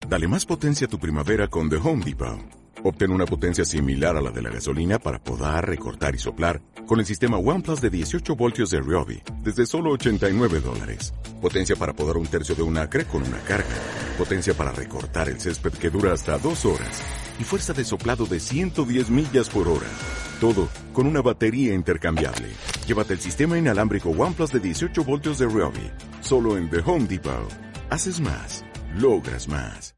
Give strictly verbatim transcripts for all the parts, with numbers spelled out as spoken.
Dale más potencia a tu primavera con The Home Depot. Obtén una potencia similar a la de la gasolina para podar, recortar y soplar con el sistema OnePlus de dieciocho voltios de Ryobi desde solo ochenta y nueve dólares. Potencia para podar un tercio de un acre con una carga. Potencia para recortar el césped que dura hasta dos horas. Y fuerza de soplado de ciento diez millas por hora. Todo con una batería intercambiable. Llévate el sistema inalámbrico OnePlus de dieciocho voltios de Ryobi. Solo en The Home Depot. Haces más. Logras más.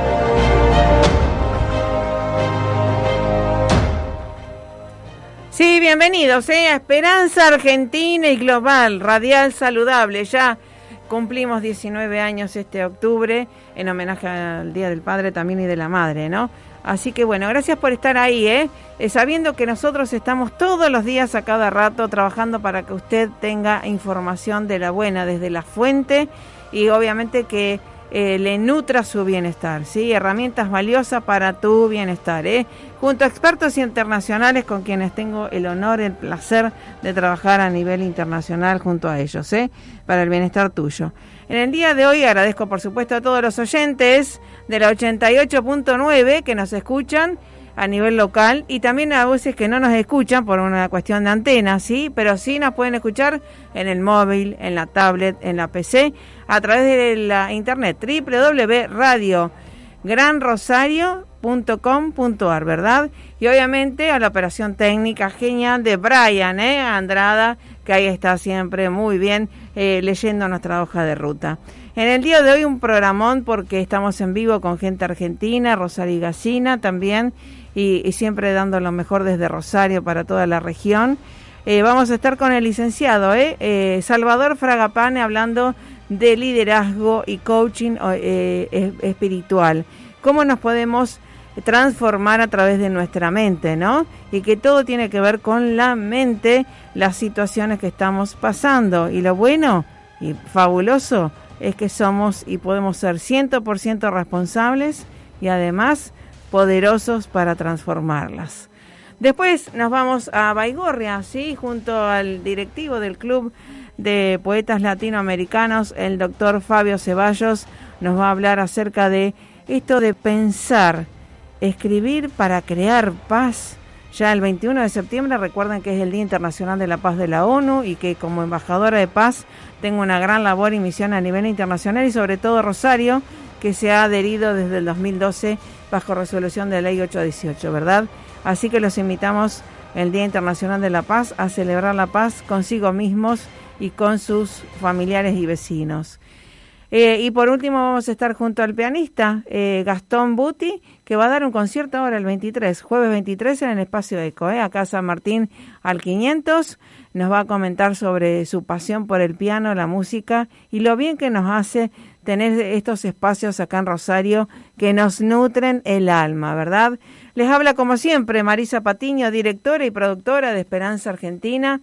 Sí, bienvenidos ¿eh? a Esperanza Argentina y Global, Radial Saludable. Ya cumplimos diecinueve años este octubre, en homenaje al Día del Padre también y de la Madre, ¿no? Así que bueno, gracias por estar ahí, ¿eh? eh sabiendo que nosotros estamos todos los días a cada rato trabajando para que usted tenga información de la buena, desde la fuente, y obviamente que Eh, le nutra su bienestar, ¿sí? Herramientas valiosas para tu bienestar, ¿eh? Junto a expertos internacionales con quienes tengo el honor, el placer de trabajar a nivel internacional junto a ellos, ¿eh? Para el bienestar tuyo. En el día de hoy agradezco por supuesto a todos los oyentes de la ochenta y ocho punto nueve que nos escuchan a nivel local y también a veces que no nos escuchan por una cuestión de antena, ¿sí? Pero sí nos pueden escuchar en el móvil, en la tablet, en la P C, a través de la internet doble u doble u doble u punto radio gran rosario punto com punto a r, ¿verdad? Y obviamente a la operación técnica genial de Brian, ¿eh? Andrada, que ahí está siempre muy bien eh, leyendo nuestra hoja de ruta. En el día de hoy un programón porque estamos en vivo con gente argentina, Rosario y Gacina también, y, y siempre dando lo mejor desde Rosario para toda la región. Eh, vamos a estar con el licenciado ¿eh? Eh, Salvador Fragapane hablando de liderazgo y coaching eh, espiritual. ¿Cómo nos podemos transformar a través de nuestra mente, ¿no? Y que todo tiene que ver con la mente, las situaciones que estamos pasando. Y lo bueno y fabuloso es que somos y podemos ser cien por ciento responsables y además poderosos para transformarlas. Después nos vamos a Baigorria, ¿sí? Junto al directivo del Club de Poetas Latinoamericanos, el doctor Fabio Ceballos, nos va a hablar acerca de esto de pensar, escribir para crear paz. Ya el veintiuno de septiembre, recuerden que es el Día Internacional de la Paz de la ONU y que como embajadora de paz tengo una gran labor y misión a nivel internacional y sobre todo Rosario, que se ha adherido desde el dos mil doce bajo resolución de ley ochocientos dieciocho, ¿verdad? Así que los invitamos el Día Internacional de la Paz a celebrar la paz consigo mismos y con sus familiares y vecinos. Eh, y por último vamos a estar junto al pianista eh, Gastón Buti, que va a dar un concierto ahora el veintitrés, jueves veintitrés en el Espacio Eco, eh, acá San Martín al quinientos. Nos va a comentar sobre su pasión por el piano, la música y lo bien que nos hace tener estos espacios acá en Rosario que nos nutren el alma, ¿verdad? Les habla como siempre Marisa Patiño, directora y productora de Esperanza Argentina,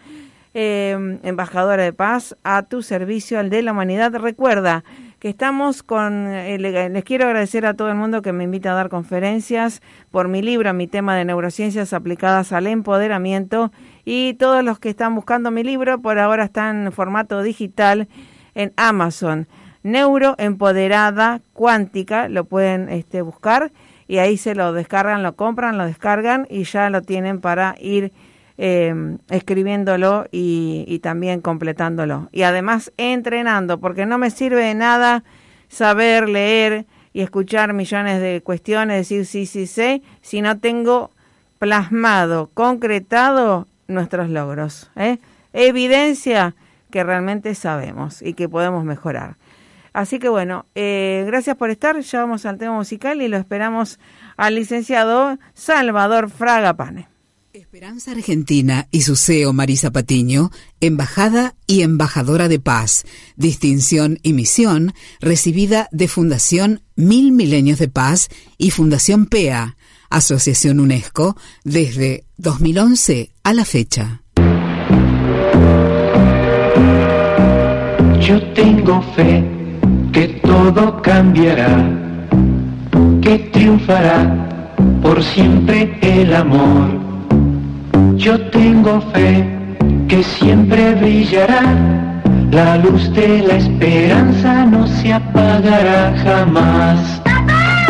eh, embajadora de paz, a tu servicio, al de la humanidad. Recuerda que estamos con, eh, les quiero agradecer a todo el mundo que me invita a dar conferencias por mi libro, mi tema de neurociencias aplicadas al empoderamiento, y todos los que están buscando mi libro por ahora están en formato digital en Amazon. Neuroempoderada Cuántica, lo pueden este, buscar y ahí se lo descargan, lo compran, lo descargan y ya lo tienen para ir eh, escribiéndolo y, y también completándolo. Y además entrenando, porque no me sirve de nada saber leer y escuchar millones de cuestiones, decir sí, sí, sé, si no tengo plasmado, concretado nuestros logros, ¿eh? Evidencia que realmente sabemos y que podemos mejorar. Así que bueno, eh, gracias por estar. Ya vamos al tema musical y lo esperamos al licenciado Salvador Fragapane. Esperanza Argentina y su C E O Marisa Patiño, embajada y embajadora de paz, distinción y misión recibida de Fundación Mil Milenios de Paz y Fundación P E A, Asociación UNESCO, desde dos mil once a la fecha. Yo tengo fe que todo cambiará, que triunfará por siempre el amor. Yo tengo fe que siempre brillará, la luz de la esperanza no se apagará jamás.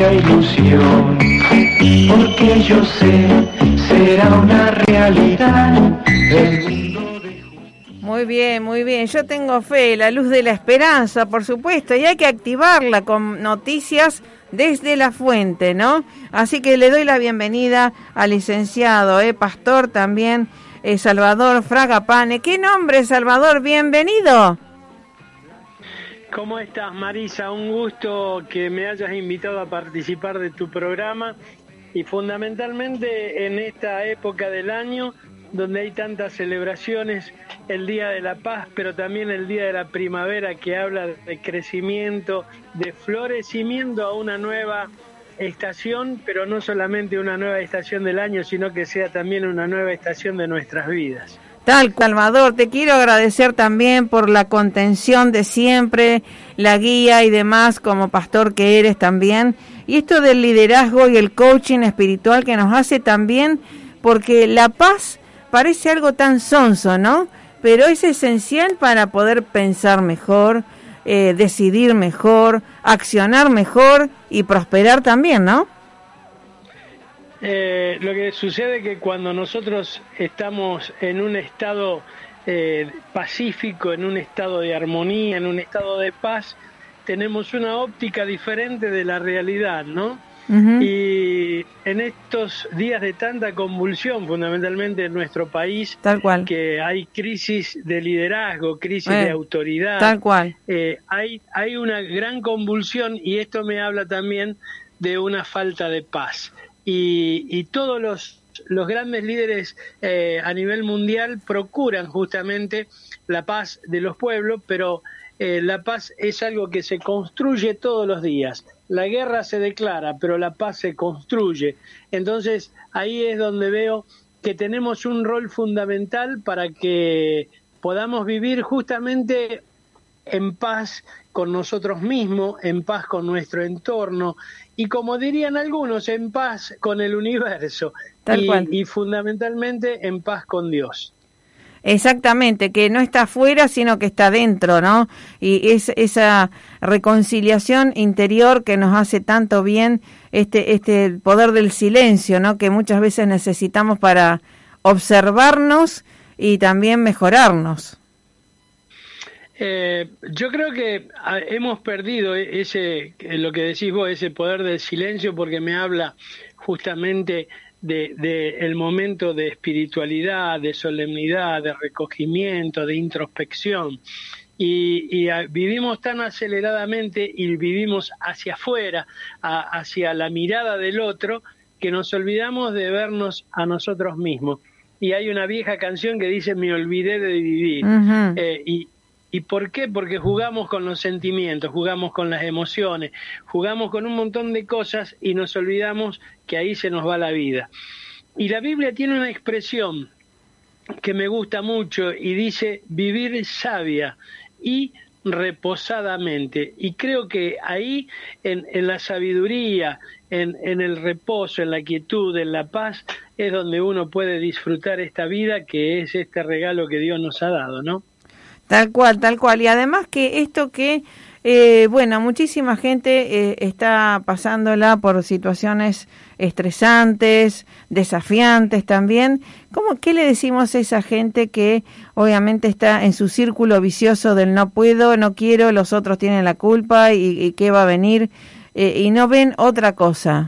mucha ilusión, porque yo sé, será una realidad el mundo de... Muy bien, muy bien. Yo tengo fe, la luz de la esperanza, por supuesto, y hay que activarla con noticias desde la fuente, ¿no? Así que le doy la bienvenida al licenciado, eh, pastor también, eh, Salvador Fragapane. ¿Qué nombre, Salvador? Bienvenido. ¿Cómo estás, Marisa? Un gusto que me hayas invitado a participar de tu programa y fundamentalmente en esta época del año donde hay tantas celebraciones, el Día de la Paz, pero también el Día de la Primavera, que habla de crecimiento, de florecimiento a una nueva estación, pero no solamente una nueva estación del año, sino que sea también una nueva estación de nuestras vidas. Tal, Salvador, te quiero agradecer también por la contención de siempre, la guía y demás, como pastor que eres también, y esto del liderazgo y el coaching espiritual que nos hace también, porque la paz parece algo tan sonso, ¿no? Pero es esencial para poder pensar mejor, eh, decidir mejor, accionar mejor y prosperar también, ¿no? Eh, lo que sucede es que cuando nosotros estamos en un estado eh, pacífico, en un estado de armonía, en un estado de paz, tenemos una óptica diferente de la realidad, ¿no? Uh-huh. Y en estos días de tanta convulsión, fundamentalmente en nuestro país, tal cual, que hay crisis de liderazgo, crisis eh, de autoridad, tal cual, eh, hay, hay una gran convulsión y esto me habla también de una falta de paz. Y, y todos los, los grandes líderes eh, a nivel mundial procuran justamente la paz de los pueblos, pero eh, la paz es algo que se construye todos los días. La guerra se declara, pero la paz se construye. Entonces, ahí es donde veo que tenemos un rol fundamental para que podamos vivir justamente en paz con nosotros mismos, en paz con nuestro entorno y, como dirían algunos, en paz con el universo. Tal y, cual. y fundamentalmente en paz con Dios. Exactamente, que no está afuera, sino que está dentro, ¿no? Y es esa reconciliación interior que nos hace tanto bien, este este poder del silencio, ¿no? Que muchas veces necesitamos para observarnos y también mejorarnos. Eh, yo creo que hemos perdido ese, lo que decís vos, ese poder del silencio, porque me habla justamente de, de el momento de espiritualidad, de solemnidad, de recogimiento, de introspección. Y, y a, vivimos tan aceleradamente y vivimos hacia afuera, a, hacia la mirada del otro, que nos olvidamos de vernos a nosotros mismos. Y hay una vieja canción que dice: me olvidé de vivir. Uh-huh. eh, y ¿Y por qué? Porque jugamos con los sentimientos, jugamos con las emociones, jugamos con un montón de cosas y nos olvidamos que ahí se nos va la vida. Y la Biblia tiene una expresión que me gusta mucho y dice: vivir sabia y reposadamente. Y creo que ahí, en, en la sabiduría, en, en el reposo, en la quietud, en la paz, es donde uno puede disfrutar esta vida, que es este regalo que Dios nos ha dado, ¿no? Tal cual, tal cual. Y además que esto que, eh, bueno, muchísima gente eh, está pasándola por situaciones estresantes, desafiantes también. ¿Cómo, qué le decimos a esa gente que obviamente está en su círculo vicioso del no puedo, no quiero, los otros tienen la culpa y, y qué va a venir, eh, y no ven otra cosa?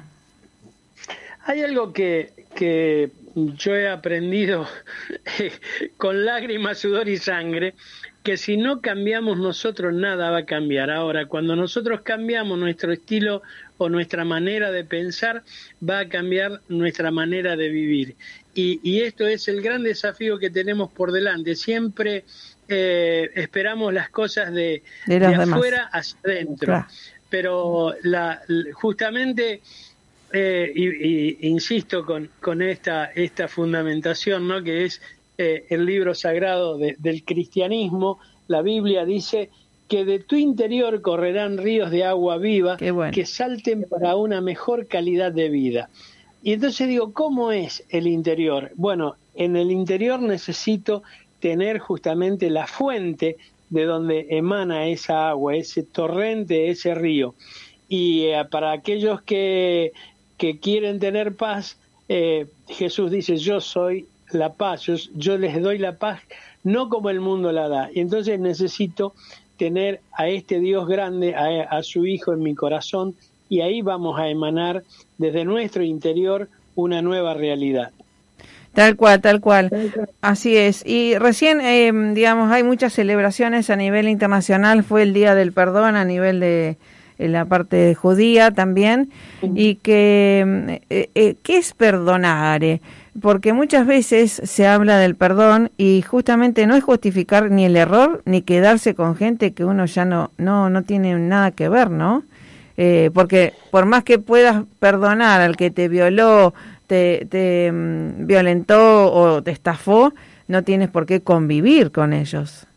Hay algo que, que yo he aprendido con lágrimas, sudor y sangre, que si no cambiamos nosotros, nada va a cambiar. Ahora, cuando nosotros cambiamos nuestro estilo o nuestra manera de pensar, va a cambiar nuestra manera de vivir. Y, y esto es el gran desafío que tenemos por delante. Siempre eh, esperamos las cosas de, de, de demás. afuera hacia adentro. Claro. Pero la, justamente... Eh, y, y insisto con, con esta, esta fundamentación, ¿no? Que es eh, el libro sagrado de, del cristianismo. La Biblia dice que de tu interior correrán ríos de agua viva, bueno, que salten para una mejor calidad de vida. Y entonces digo, ¿cómo es el interior? Bueno, en el interior necesito tener justamente la fuente de donde emana esa agua, ese torrente, ese río. y eh, para aquellos que, que quieren tener paz, eh, Jesús dice, yo soy la paz, yo, yo les doy la paz, no como el mundo la da. Y entonces necesito tener a este Dios grande, a, a su Hijo en mi corazón, y ahí vamos a emanar desde nuestro interior una nueva realidad. Tal cual, tal cual. Así es. Y recién, eh, digamos, hay muchas celebraciones a nivel internacional. Fue el Día del Perdón a nivel de, de la parte judía también. Y que, eh, eh, ¿qué es perdonar? Porque muchas veces se habla del perdón y justamente no es justificar ni el error ni quedarse con gente que uno ya no, no, no tiene nada que ver, ¿no? Eh, porque por más que puedas perdonar al que te violó, te, te um, violentó o te estafó, no tienes por qué convivir con ellos.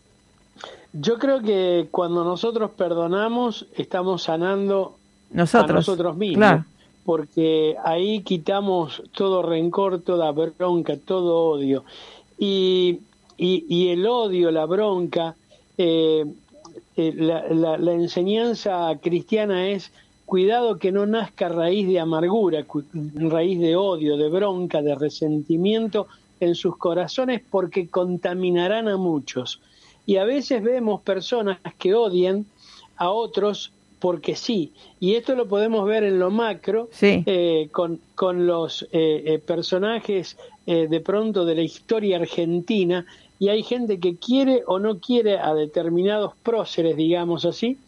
Yo creo que cuando nosotros perdonamos, estamos sanando nosotros, a nosotros mismos, claro. Porque ahí quitamos todo rencor, toda bronca, todo odio. Y, y, y el odio, la bronca, eh, eh, la, la, la enseñanza cristiana es cuidado que no nazca raíz de amargura, raíz de odio, de bronca, de resentimiento en sus corazones, porque contaminarán a muchos. Y a veces vemos personas que odian a otros porque sí, y esto lo podemos ver en lo macro, sí. eh, con, con los eh, eh, personajes eh, de pronto de la historia argentina, y hay gente que quiere o no quiere a determinados próceres, digamos así,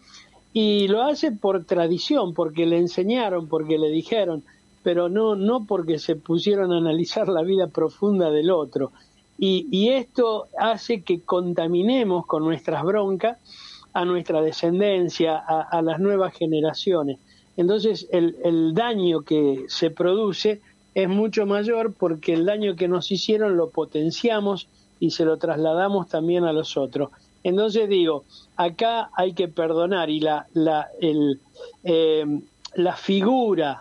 y lo hace por tradición, porque le enseñaron, porque le dijeron, pero no, no porque se pusieron a analizar la vida profunda del otro. Y, y esto hace que contaminemos con nuestras broncas a nuestra descendencia, a, a las nuevas generaciones. Entonces el, el daño que se produce es mucho mayor porque el daño que nos hicieron lo potenciamos y se lo trasladamos también a los otros. Entonces digo, acá hay que perdonar y la, la, el, eh, la figura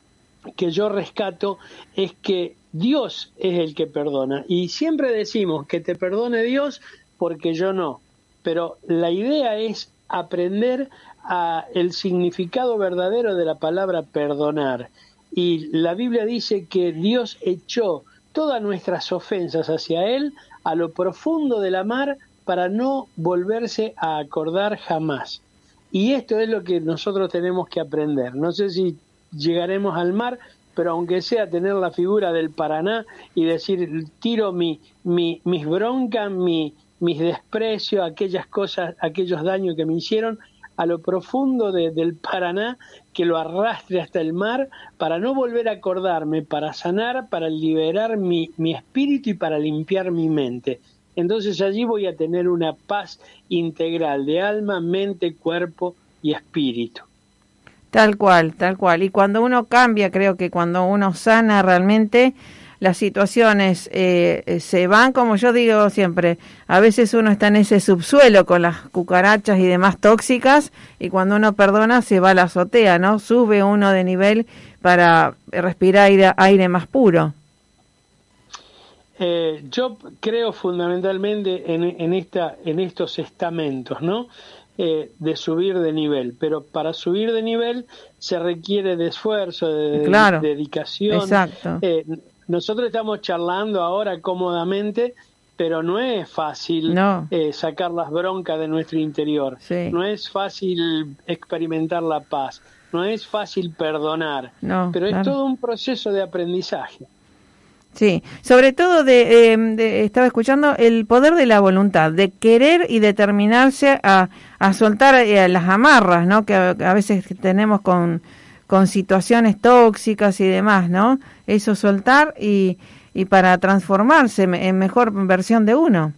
que yo rescato es que Dios es el que perdona. Y siempre decimos que te perdone Dios porque yo no. Pero la idea es aprender a el significado verdadero de la palabra perdonar. Y la Biblia dice que Dios echó todas nuestras ofensas hacia Él a lo profundo de la mar para no volverse a acordar jamás. Y esto es lo que nosotros tenemos que aprender. No sé si llegaremos al mar, pero aunque sea tener la figura del Paraná y decir, tiro mi, mi, mis broncas, mi mis desprecios, aquellas cosas, aquellos daños que me hicieron a lo profundo de, del Paraná, que lo arrastre hasta el mar, para no volver a acordarme, para sanar, para liberar mi, mi espíritu y para limpiar mi mente. Entonces allí voy a tener una paz integral de alma, mente, cuerpo y espíritu. Tal cual, tal cual. Y cuando uno cambia, creo que cuando uno sana realmente, las situaciones eh, se van, como yo digo siempre, a veces uno está en ese subsuelo con las cucarachas y demás tóxicas, y cuando uno perdona se va a la azotea, ¿no? Sube uno de nivel para respirar aire, aire más puro. Eh, yo creo fundamentalmente en, en, esta, en estos estamentos, ¿no? Eh, de subir de nivel, pero para subir de nivel se requiere de esfuerzo, de, claro, de dedicación. Exacto. Eh, Nosotros estamos charlando ahora cómodamente, pero no es fácil no. eh, sacar las broncas de nuestro interior. Sí. No es fácil experimentar la paz. No es fácil perdonar. No, pero claro. es todo un proceso de aprendizaje. Sí, sobre todo de, eh, de, estaba escuchando el poder de la voluntad, de querer y determinarse a, a soltar eh, las amarras, ¿no? Que a, a veces tenemos con con situaciones tóxicas y demás, ¿no? Eso soltar y, y para transformarse en mejor versión de uno.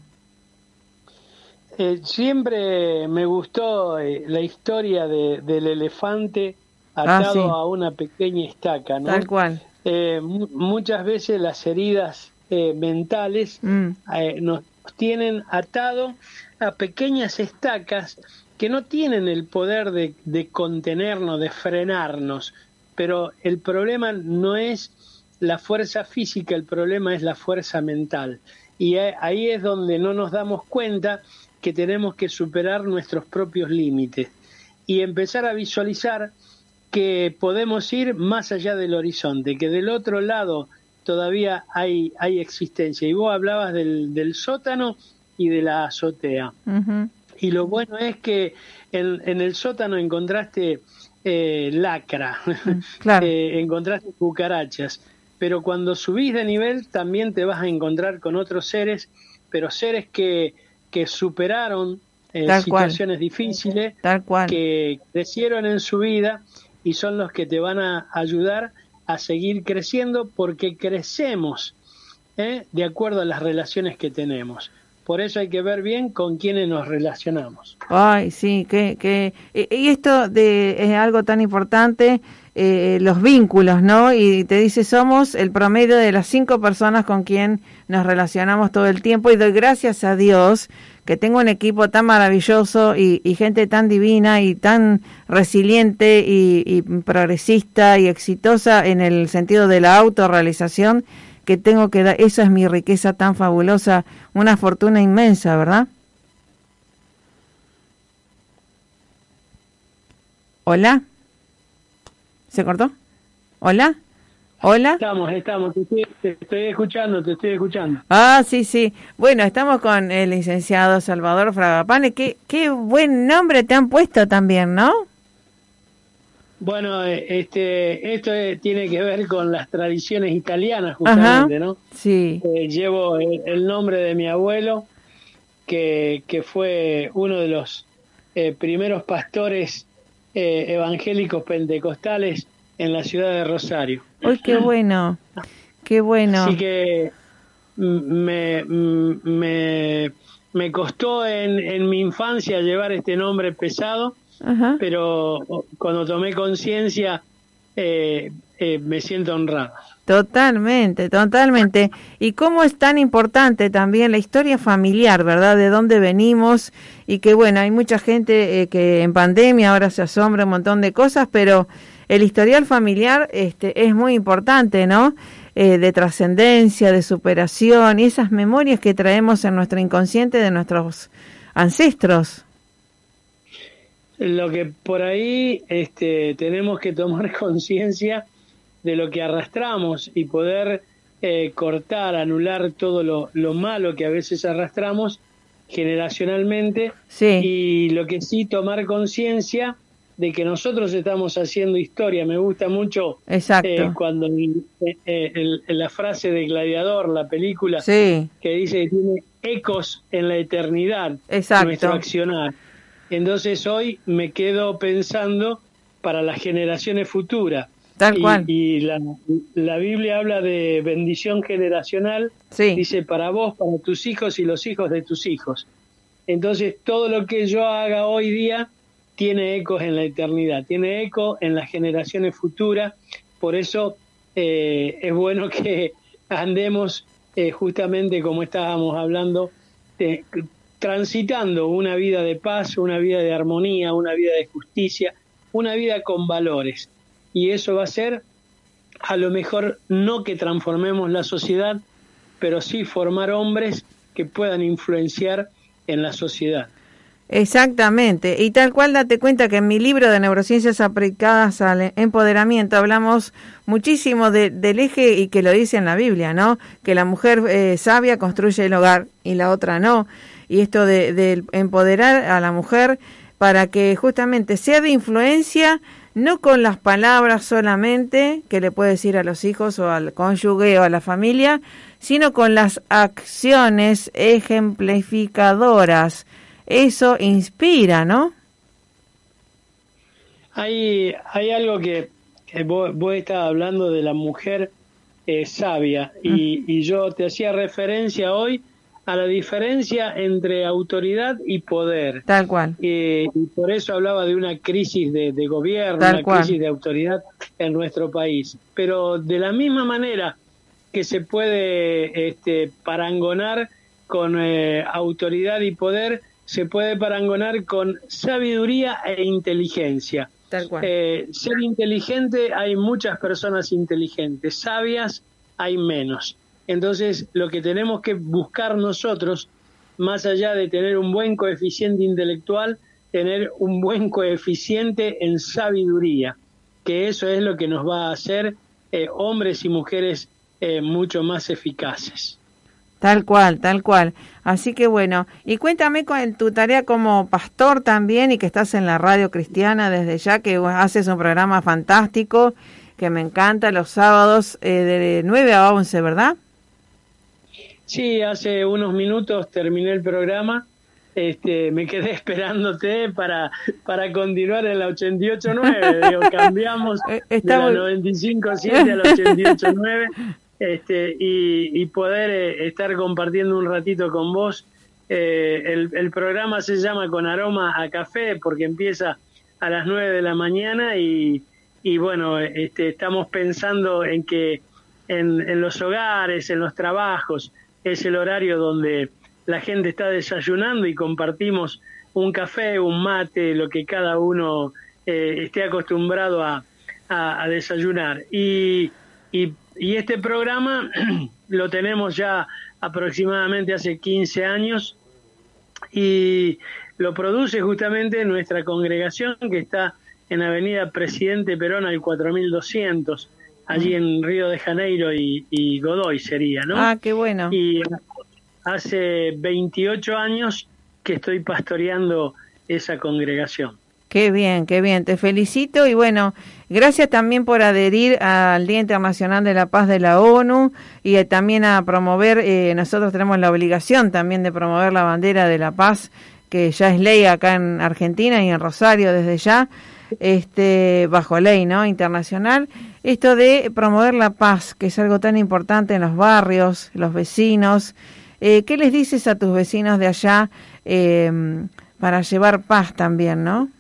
Eh, siempre me gustó eh, la historia de, del elefante atado ah, sí. a una pequeña estaca, ¿no? Tal cual. Eh, muchas veces las heridas eh, mentales mm. eh, nos tienen atado a pequeñas estacas que no tienen el poder de, de contenernos, de frenarnos, pero el problema no es la fuerza física, el problema es la fuerza mental. Y ahí es donde no nos damos cuenta que tenemos que superar nuestros propios límites. y empezar a visualizar que podemos ir más allá del horizonte, que del otro lado todavía hay, hay existencia. Y vos hablabas del, del sótano y de la azotea. Uh-huh. Y lo bueno es que en, en el sótano encontraste eh, lacra, claro. eh, encontraste cucarachas, pero cuando subís de nivel también te vas a encontrar con otros seres, pero seres que, que superaron eh, situaciones cual. difíciles, Tal cual. que crecieron en su vida y son los que te van a ayudar a seguir creciendo, porque crecemos ¿eh? de acuerdo a las relaciones que tenemos. Por eso hay que ver bien con quiénes nos relacionamos. Ay, sí, que, que y esto de es algo tan importante, eh, los vínculos, ¿no? Y te dice, somos el promedio de las cinco personas con quien nos relacionamos todo el tiempo, y doy gracias a Dios que tengo un equipo tan maravilloso y, y gente tan divina y tan resiliente y, y progresista y exitosa en el sentido de la autorrealización, que tengo que dar. Eso es mi riqueza tan fabulosa, una fortuna inmensa, ¿verdad? ¿Hola? ¿Se cortó? ¿Hola? ¿Hola? Estamos, estamos, te estoy, te estoy escuchando, te estoy escuchando. Ah, sí, sí. Bueno, estamos con el licenciado Salvador Fragapane. Qué, qué buen nombre te han puesto también, ¿no? Bueno, este, esto es, tiene que ver con las tradiciones italianas, justamente, Ajá, ¿no? Sí. Eh, llevo el, el nombre de mi abuelo, que, que fue uno de los eh, primeros pastores eh, evangélicos pentecostales en la ciudad de Rosario. ¡Uy, qué bueno! ¡Qué bueno! Así que me, me, me costó en, en mi infancia llevar este nombre pesado, Ajá. pero cuando tomé conciencia eh, eh, me siento honrado. Totalmente, totalmente. Y cómo es tan importante también la historia familiar, ¿verdad? De dónde venimos, y que bueno, hay mucha gente eh, que en pandemia ahora se asombra un montón de cosas, pero el historial familiar este, es muy importante, ¿no? Eh, de trascendencia, de superación, y esas memorias que traemos en nuestro inconsciente de nuestros ancestros. Lo que por ahí este, tenemos que tomar conciencia de lo que arrastramos y poder eh, cortar, anular todo lo, lo malo que a veces arrastramos generacionalmente, sí. Y lo que sí, tomar conciencia de que nosotros estamos haciendo historia. Me gusta mucho eh, cuando eh, eh, el, la frase de Gladiador, la película, sí. que dice que tiene ecos en la eternidad, Exacto. nuestro accionar. Entonces hoy me quedo pensando para las generaciones futuras. Tal y, cual. Y la, la Biblia habla de bendición generacional, sí. Dice para vos, para tus hijos y los hijos de tus hijos. Entonces todo lo que yo haga hoy día tiene ecos en la eternidad, tiene eco en las generaciones futuras. Por eso eh, es bueno que andemos eh, justamente como estábamos hablando, de, transitando una vida de paz, una vida de armonía, una vida de justicia, una vida con valores. Y eso va a ser, a lo mejor, no que transformemos la sociedad, pero sí formar hombres que puedan influenciar en la sociedad. Exactamente, y tal cual, date cuenta que en mi libro de Neurociencias Aplicadas al Empoderamiento hablamos muchísimo de, del eje, y que lo dice en la Biblia, ¿no? Que la mujer eh, sabia construye el hogar y la otra no. Y esto de, de empoderar a la mujer para que justamente sea de influencia, no con las palabras solamente que le puede decir a los hijos o al cónyuge o a la familia, sino con las acciones ejemplificadoras. Eso inspira, ¿no? Hay, hay algo que, que vos, vos estabas hablando de la mujer eh, sabia, y, mm. y yo te hacía referencia hoy a la diferencia entre autoridad y poder. Tal cual. Eh, y por eso hablaba de una crisis de, de gobierno, Tal una cual. crisis de autoridad en nuestro país. Pero de la misma manera que se puede este, parangonar con eh, autoridad y poder, se puede parangonar con sabiduría e inteligencia. Tal cual. Eh, ser inteligente, hay muchas personas inteligentes, sabias hay menos. Entonces, lo que tenemos que buscar nosotros, más allá de tener un buen coeficiente intelectual, tener un buen coeficiente en sabiduría, que eso es lo que nos va a hacer eh, hombres y mujeres eh, mucho más eficaces. Tal cual, tal cual. Así que bueno, y cuéntame con tu tarea como pastor también, y que estás en la radio cristiana desde ya, que haces un programa fantástico, que me encanta, los sábados eh, de nueve a once, ¿verdad? Sí, hace unos minutos terminé el programa. Este, me quedé esperándote para, para continuar en la ochenta y ocho nueve. Digo, cambiamos Está de la muy... noventa y cinco siete a la ochenta y ocho nueve. Este, y, y poder eh, estar compartiendo un ratito con vos. Eh, el, el programa se llama Con Aroma a Café porque empieza a las nueve de la mañana y, y bueno, este, estamos pensando en que en, en los hogares, en los trabajos, es el horario donde la gente está desayunando y compartimos un café, un mate, lo que cada uno eh, esté acostumbrado a, a, a desayunar. Y, y Y este programa lo tenemos ya aproximadamente hace quince años y lo produce justamente nuestra congregación que está en Avenida Presidente Perón al cuatro mil doscientos, allí en Río de Janeiro y, y Godoy sería, ¿no? Ah, qué bueno. Y hace veintiocho años que estoy pastoreando esa congregación. Qué bien, qué bien, te felicito y bueno, gracias también por adherir al Día Internacional de la Paz de la ONU y eh, también a promover, eh, nosotros tenemos la obligación también de promover la bandera de la paz, que ya es ley acá en Argentina y en Rosario desde ya, este, bajo ley, ¿no?, internacional, esto de promover la paz, que es algo tan importante en los barrios, los vecinos. Eh, ¿qué les dices a tus vecinos de allá eh, para llevar paz también, no?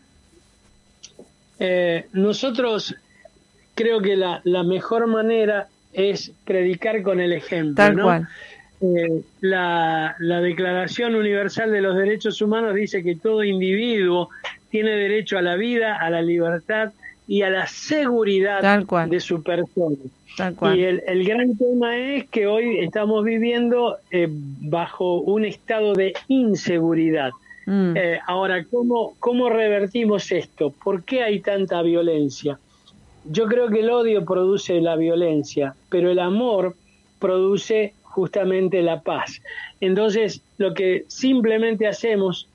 Eh, nosotros creo que la, la mejor manera es predicar con el ejemplo, Tal ¿no? cual. Eh, la, la Declaración Universal de los Derechos Humanos dice que todo individuo tiene derecho a la vida, a la libertad y a la seguridad Tal cual. de su persona. Tal cual. Y el, el gran tema es que hoy estamos viviendo eh, bajo un estado de inseguridad. Mm. Eh, ahora, ¿cómo, ¿cómo revertimos esto? ¿Por qué hay tanta violencia? Yo creo que el odio produce la violencia, pero el amor produce justamente la paz. Entonces, lo que simplemente hacemos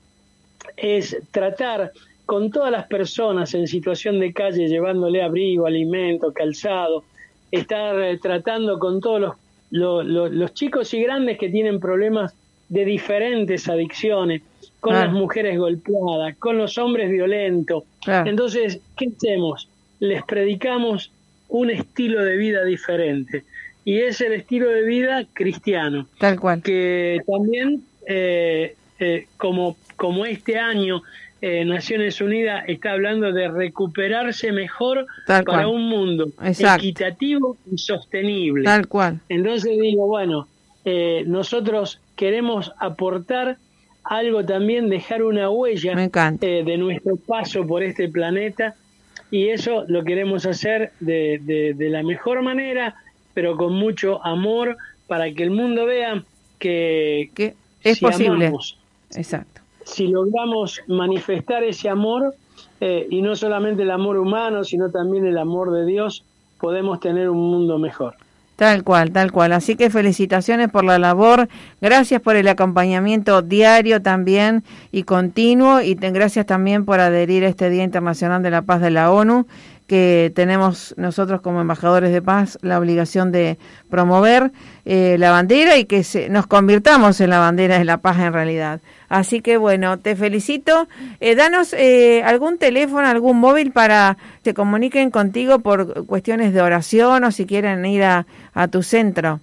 es tratar con todas las personas en situación de calle, llevándole abrigo, alimento, calzado, estar eh, tratando con todos los, los, los, los chicos y grandes que tienen problemas de diferentes adicciones, con ah. las mujeres golpeadas, con los hombres violentos. Ah. Entonces, ¿qué hacemos? Les predicamos un estilo de vida diferente. Y es el estilo de vida cristiano. Tal cual. Que también, eh, eh, como, como este año, eh, Naciones Unidas está hablando de recuperarse mejor Tal para cual. un mundo Exacto. equitativo y sostenible. Tal cual. Entonces digo, bueno, eh, nosotros queremos aportar algo también, dejar una huella eh, de nuestro paso por este planeta, y eso lo queremos hacer de, de, de la mejor manera, pero con mucho amor, para que el mundo vea que, que es si posible. Amamos, Exacto. Si logramos manifestar ese amor, eh, y no solamente el amor humano, sino también el amor de Dios, podemos tener un mundo mejor. Tal cual, tal cual. Así que felicitaciones por la labor, gracias por el acompañamiento diario también y continuo, y te, gracias también por adherir a este Día Internacional de la Paz de la ONU, que tenemos nosotros como embajadores de paz la obligación de promover eh, la bandera y que se, nos convirtamos en la bandera de la paz en realidad. Así que bueno, te felicito. Eh, danos eh, algún teléfono, algún móvil para que se comuniquen contigo por cuestiones de oración o si quieren ir a, a tu centro.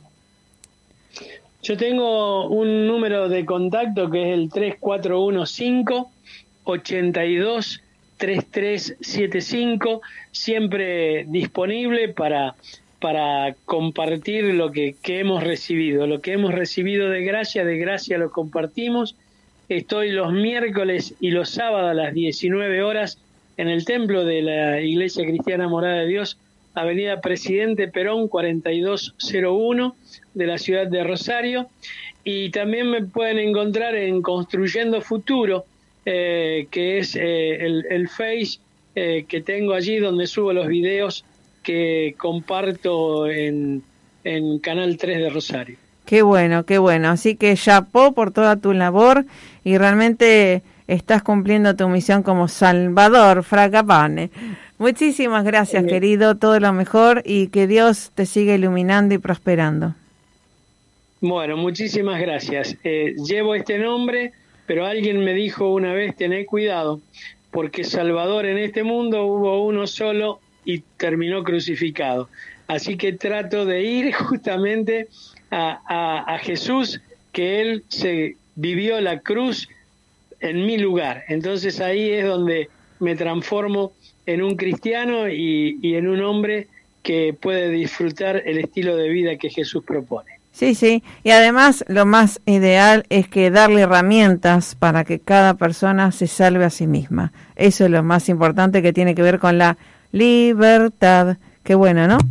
Yo tengo un número de contacto que es el tres cuatro uno cinco, ochenta y dos, treinta y tres setenta y cinco, siempre disponible para, para compartir lo que, que hemos recibido. Lo que hemos recibido de gracia, de gracia lo compartimos. Estoy los miércoles y los sábados a las diecinueve horas en el templo de la Iglesia Cristiana Morada de Dios, Avenida Presidente Perón cuarenta y dos cero uno de la ciudad de Rosario. Y también me pueden encontrar en Construyendo Futuro, eh, que es eh, el, el Face eh, que tengo allí donde subo los videos que comparto en, en Canal tres de Rosario. Qué bueno, qué bueno. Así que chapó por toda tu labor y realmente estás cumpliendo tu misión como Salvador Fragapane. Muchísimas gracias, eh, querido, todo lo mejor y que Dios te siga iluminando y prosperando. Bueno, muchísimas gracias. Eh, llevo este nombre, pero alguien me dijo una vez, tené cuidado, porque Salvador en este mundo hubo uno solo y terminó crucificado. Así que trato de ir justamente a, a, a Jesús, que Él se vivió la cruz en mi lugar. Entonces ahí es donde me transformo en un cristiano y, y en un hombre que puede disfrutar el estilo de vida que Jesús propone. Sí, sí, y además lo más ideal es que darle herramientas para que cada persona se salve a sí misma. Eso es lo más importante, que tiene que ver con la libertad. Qué bueno, ¿no?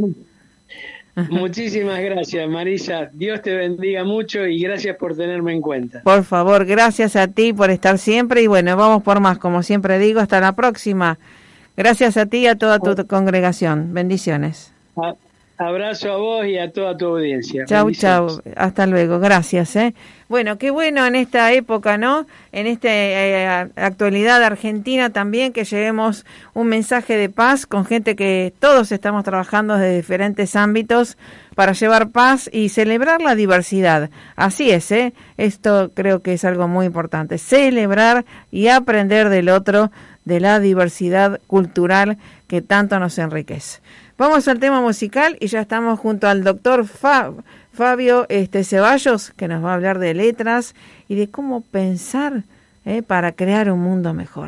Muchísimas gracias, Marisa. Dios te bendiga mucho y gracias por tenerme en cuenta. Por favor, gracias a ti por estar siempre y bueno, vamos por más, como siempre digo, hasta la próxima. Gracias a ti y a toda tu congregación. Bendiciones. Abrazo a vos y a toda tu audiencia. Chau, chau. Hasta luego. Gracias. ¿eh? Bueno, qué bueno en esta época, ¿no? En esta eh, actualidad argentina también, que llevemos un mensaje de paz con gente que todos estamos trabajando desde diferentes ámbitos para llevar paz y celebrar la diversidad. Así es, ¿eh? Esto creo que es algo muy importante. Celebrar y aprender del otro, de la diversidad cultural que tanto nos enriquece. Vamos al tema musical y ya estamos junto al doctor Fa, Fabio este, Ceballos, que nos va a hablar de letras y de cómo pensar eh, para crear un mundo mejor.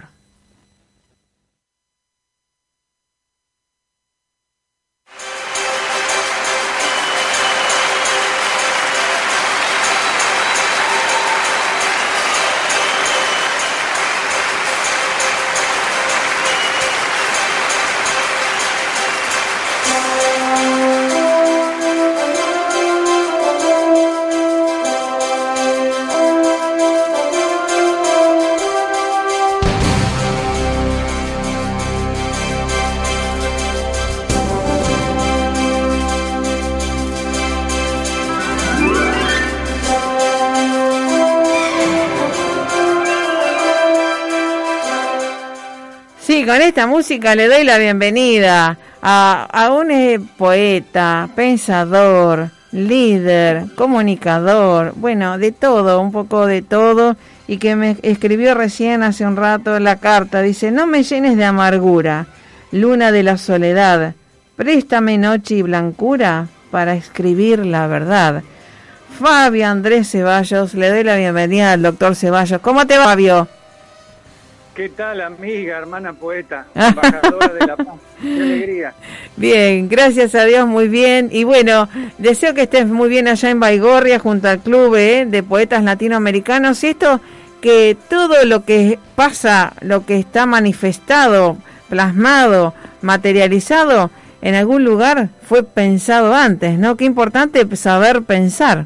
Sí, con esta música le doy la bienvenida a, a un eh, poeta, pensador, líder, comunicador, bueno, de todo, un poco de todo, y que me escribió recién hace un rato la carta. Dice: no me llenes de amargura, luna de la soledad, préstame noche y blancura para escribir la verdad. Fabio Andrés Ceballos, le doy la bienvenida al doctor Ceballos. ¿Cómo te va, Fabio? ¿Qué tal, amiga, hermana poeta, embajadora de la paz? ¡Qué alegría! Bien, gracias a Dios, muy bien. Y bueno, deseo que estés muy bien allá en Baigorria, junto al Club ¿eh? de Poetas Latinoamericanos. Y esto, que todo lo que pasa, lo que está manifestado, plasmado, materializado, en algún lugar fue pensado antes, ¿no? Qué importante saber pensar.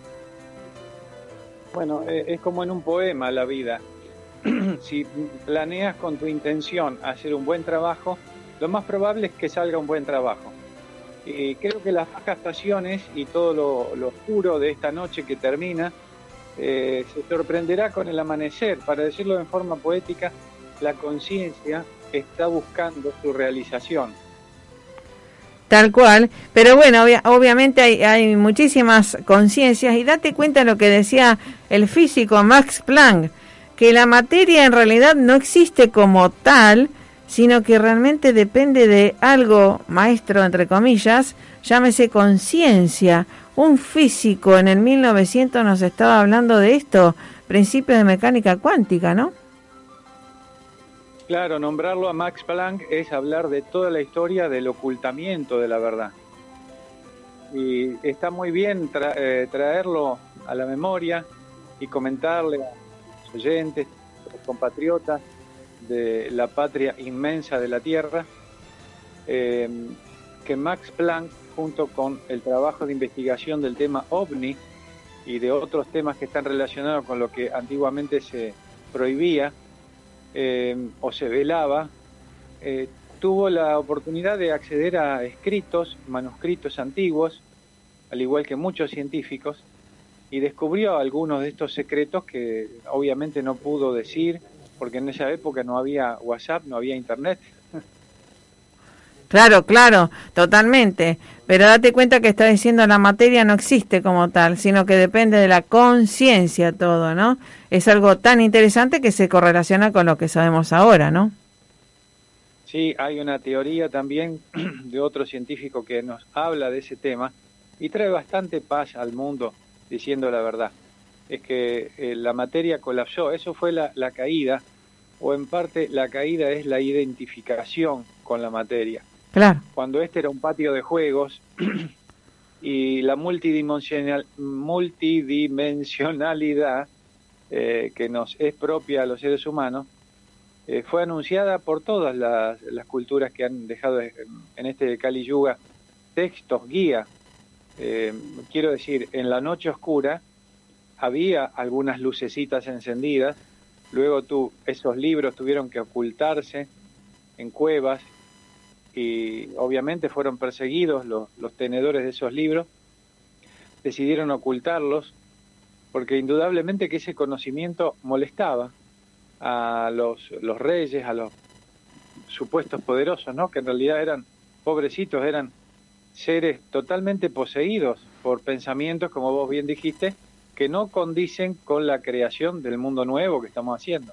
Bueno, es como en un poema la vida. Si planeas con tu intención hacer un buen trabajo, lo más probable es que salga un buen trabajo. Y creo que las bajas pasiones y todo lo, lo oscuro de esta noche que termina eh, se sorprenderá con el amanecer. Para decirlo en forma poética, la conciencia está buscando su realización. Tal cual, pero bueno, obvia, obviamente hay, hay muchísimas conciencias, y date cuenta de lo que decía el físico Max Planck, que la materia en realidad no existe como tal, sino que realmente depende de algo, maestro, entre comillas, llámese conciencia. Un físico en el mil novecientos nos estaba hablando de esto, principios de mecánica cuántica, ¿no? Claro, nombrarlo a Max Planck es hablar de toda la historia del ocultamiento de la verdad. Y está muy bien tra- eh, traerlo a la memoria y comentarle a oyentes, los compatriotas de la patria inmensa de la Tierra, eh, que Max Planck, junto con el trabajo de investigación del tema OVNI y de otros temas que están relacionados con lo que antiguamente se prohibía eh, o se velaba, eh, tuvo la oportunidad de acceder a escritos, manuscritos antiguos, al igual que muchos científicos, y descubrió algunos de estos secretos que obviamente no pudo decir, porque en esa época no había WhatsApp, no había Internet. Claro, claro, totalmente. Pero date cuenta que está diciendo la materia no existe como tal, sino que depende de la conciencia todo, ¿no? Es algo tan interesante que se correlaciona con lo que sabemos ahora, ¿no? Sí, hay una teoría también de otro científico que nos habla de ese tema y trae bastante paz al mundo, diciendo la verdad. Es que eh, la materia colapsó, eso fue la, la caída, o en parte la caída es la identificación con la materia. Claro. Cuando este era un patio de juegos y la multidimensional, multidimensionalidad eh, que nos es propia a los seres humanos, eh, fue anunciada por todas las, las culturas que han dejado en este Kali Yuga textos, guía. Eh, quiero decir, en la noche oscura había algunas lucecitas encendidas, luego tú, esos libros tuvieron que ocultarse en cuevas y obviamente fueron perseguidos los, los tenedores de esos libros, decidieron ocultarlos porque indudablemente que ese conocimiento molestaba a los, los reyes, a los supuestos poderosos, ¿no? Que en realidad eran pobrecitos, eran seres totalmente poseídos por pensamientos, como vos bien dijiste, que no condicen con la creación del mundo nuevo que estamos haciendo.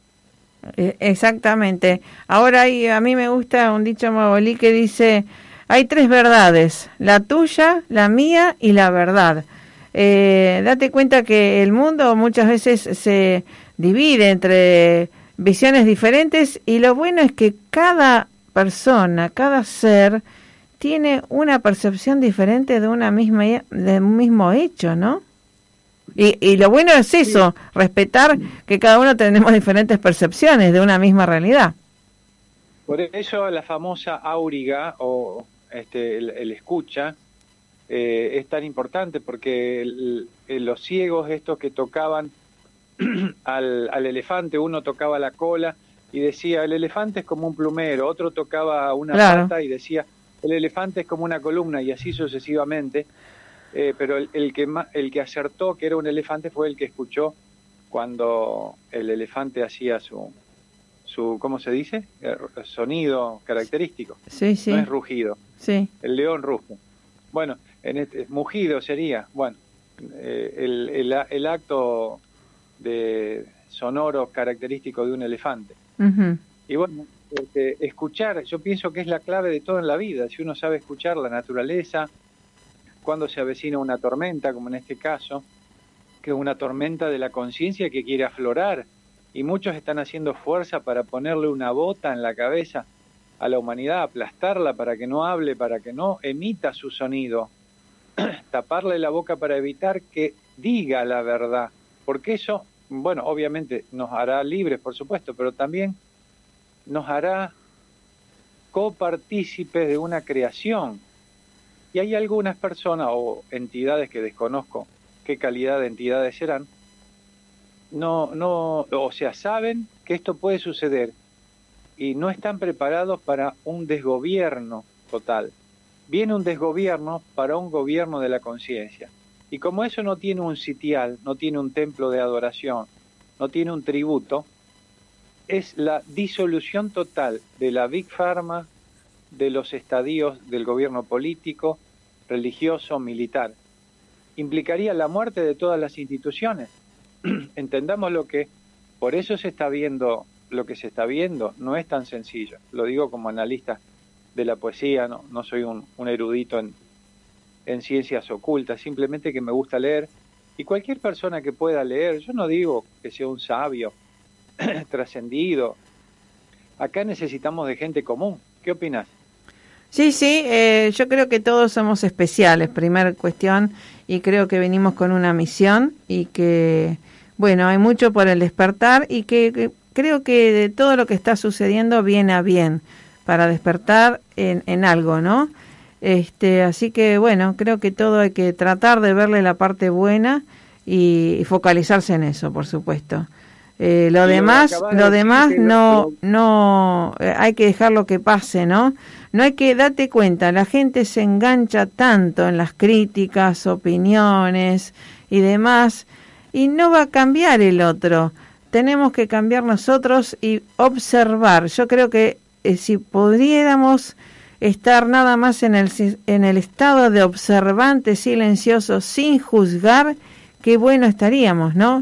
Exactamente. Ahora hay, a mí me gusta un dicho mabolí que dice, hay tres verdades, la tuya, la mía y la verdad. Eh, date cuenta que el mundo muchas veces se divide entre visiones diferentes y lo bueno es que cada persona, cada ser tiene una percepción diferente de una misma de un mismo hecho, ¿no? Y, y lo bueno es eso, sí. Respetar que cada uno tenemos diferentes percepciones de una misma realidad. Por eso la famosa áuriga o este, el, el escucha eh, es tan importante, porque el, el, los ciegos estos que tocaban al, al elefante, uno tocaba la cola y decía, el elefante es como un plumero, otro tocaba una claro. pata y decía, el elefante es como una columna, y así sucesivamente. Eh, pero el, el que el que acertó que era un elefante fue el que escuchó cuando el elefante hacía su su ¿cómo se dice? El sonido característico. Sí, sí. No es rugido. Sí. El león ruge. Bueno, en este mugido sería, bueno, eh, el, el el acto de sonoro característico de un elefante. Uh-huh. Y bueno, este, escuchar, yo pienso que es la clave de todo en la vida. Si uno sabe escuchar la naturaleza, cuando se avecina una tormenta, como en este caso, que es una tormenta de la conciencia que quiere aflorar, y muchos están haciendo fuerza para ponerle una bota en la cabeza a la humanidad, aplastarla para que no hable, para que no emita su sonido, taparle la boca para evitar que diga la verdad, porque eso, bueno, obviamente nos hará libres, por supuesto, pero también nos hará copartícipes de una creación. Y hay algunas personas o entidades que desconozco qué calidad de entidades serán, no, no, o sea, saben que esto puede suceder y no están preparados para un desgobierno total. Viene un desgobierno para un gobierno de la conciencia. Y como eso no tiene un sitial, no tiene un templo de adoración, no tiene un tributo, es la disolución total de la Big Pharma, de los estadios del gobierno político, religioso, militar. Implicaría la muerte de todas las instituciones. Entendamos lo que, por eso se está viendo, lo que se está viendo no es tan sencillo. Lo digo como analista de la poesía, no, no soy un, un erudito en, en ciencias ocultas, simplemente que me gusta leer. Y cualquier persona que pueda leer, yo no digo que sea un sabio trascendido. Acá necesitamos de gente común. ¿Qué opinas? Sí, sí, eh, yo creo que todos somos especiales, primera cuestión, y creo que venimos con una misión y que, bueno, hay mucho por el despertar y que, que creo que de todo lo que está sucediendo viene a bien para despertar en, en algo, ¿no? Este, así que, bueno, creo que todo hay que tratar de verle la parte buena y, y focalizarse en eso, por supuesto. Eh, lo Y demás, acabás de lo decir demás que lo- no, lo- no, eh, hay que dejarlo que pase, ¿no? No hay que, date cuenta, la gente se engancha tanto en las críticas, opiniones y demás, y no va a cambiar el otro. Tenemos que cambiar nosotros y observar. Yo creo que eh, si pudiéramos estar nada más en el, si- en el estado de observante silencioso sin juzgar, qué bueno estaríamos, ¿no?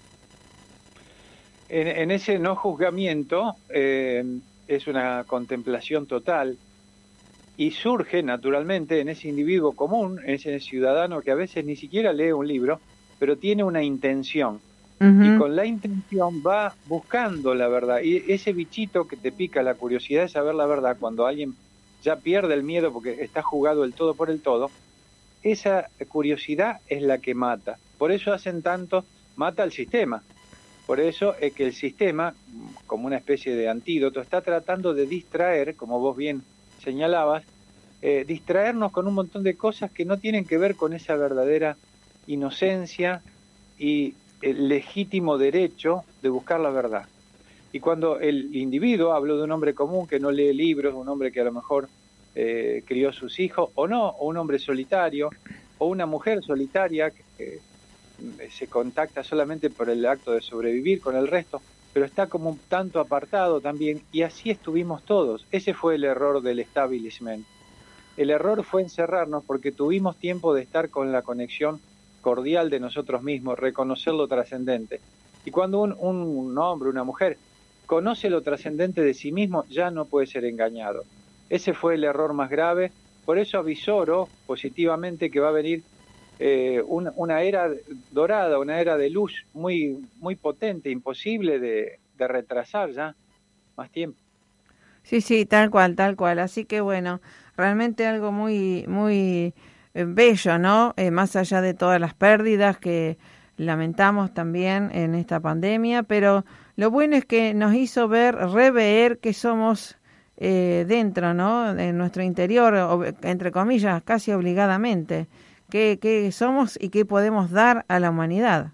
En, en ese no juzgamiento eh, es una contemplación total y surge naturalmente en ese individuo común, en ese ciudadano que a veces ni siquiera lee un libro, pero tiene una intención. Ujú. Y con la intención va buscando la verdad. Y ese bichito que te pica, la curiosidad de saber la verdad, cuando alguien ya pierde el miedo porque está jugado el todo por el todo, esa curiosidad es la que mata. Por eso hacen tanto, mata al sistema. Por eso es que el sistema, como una especie de antídoto, está tratando de distraer, como vos bien señalabas, eh, distraernos con un montón de cosas que no tienen que ver con esa verdadera inocencia y el legítimo derecho de buscar la verdad. Y cuando el individuo, hablo de un hombre común que no lee libros, un hombre que a lo mejor eh, crió sus hijos, o no, o un hombre solitario, o una mujer solitaria que eh, se contacta solamente por el acto de sobrevivir con el resto, pero está como un tanto apartado también, y así estuvimos todos. Ese fue el error del establishment. El error fue encerrarnos porque tuvimos tiempo de estar con la conexión cordial de nosotros mismos, reconocer lo trascendente. Y cuando un, un hombre, una mujer, conoce lo trascendente de sí mismo, ya no puede ser engañado. Ese fue el error más grave. Por eso avisoro positivamente que va a venir eh, una, una era dorada, una era de luz muy, muy potente, imposible de, de retrasar ya más tiempo. Sí, sí, tal cual, tal cual. Así que bueno, realmente algo muy, muy eh, bello, ¿no? Eh, más allá de todas las pérdidas que lamentamos también en esta pandemia, pero lo bueno es que nos hizo ver, rever que somos eh, dentro, ¿no? En nuestro interior, o- entre comillas, casi obligadamente, que, que somos y qué podemos dar a la humanidad.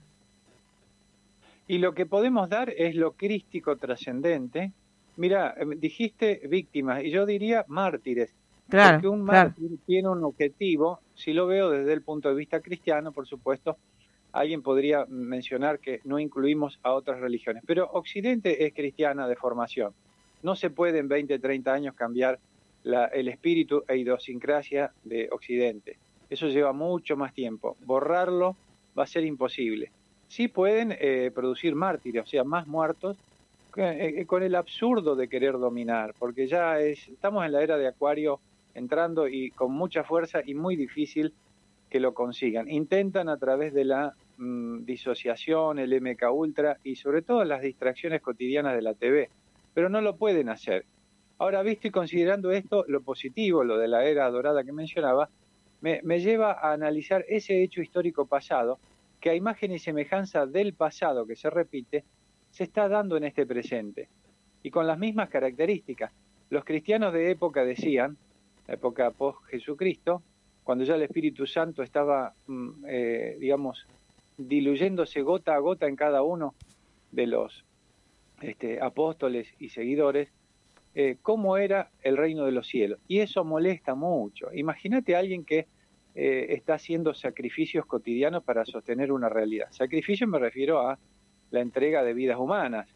Y lo que podemos dar es lo crístico trascendente. Mira, eh, dijiste víctimas, y yo diría mártires, Claro, porque un claro. mártir tiene un objetivo, si lo veo desde el punto de vista cristiano, por supuesto, alguien podría mencionar que no incluimos a otras religiones, pero Occidente es cristiana de formación. No se puede en veinte, treinta años cambiar la, el espíritu e idiosincrasia de Occidente. Eso lleva mucho más tiempo. Borrarlo va a ser imposible. Sí pueden eh, producir mártires, o sea, más muertos, eh, con el absurdo de querer dominar, porque ya es, estamos en la era de Acuario entrando y con mucha fuerza y muy difícil que lo consigan. Intentan a través de la mmm, disociación, el M K Ultra y sobre todo las distracciones cotidianas de la T V, pero no lo pueden hacer. Ahora, visto y considerando esto, lo positivo, lo de la era dorada que mencionaba, me, me lleva a analizar ese hecho histórico pasado, que a imagen y semejanza del pasado que se repite, se está dando en este presente. Y con las mismas características. Los cristianos de época decían, la época post-Jesucristo, cuando ya el Espíritu Santo estaba, eh, digamos, diluyéndose gota a gota en cada uno de los este, apóstoles y seguidores, eh, cómo era el reino de los cielos. Y eso molesta mucho. Imagínate a alguien que eh, está haciendo sacrificios cotidianos para sostener una realidad. Sacrificio me refiero a la entrega de vidas humanas.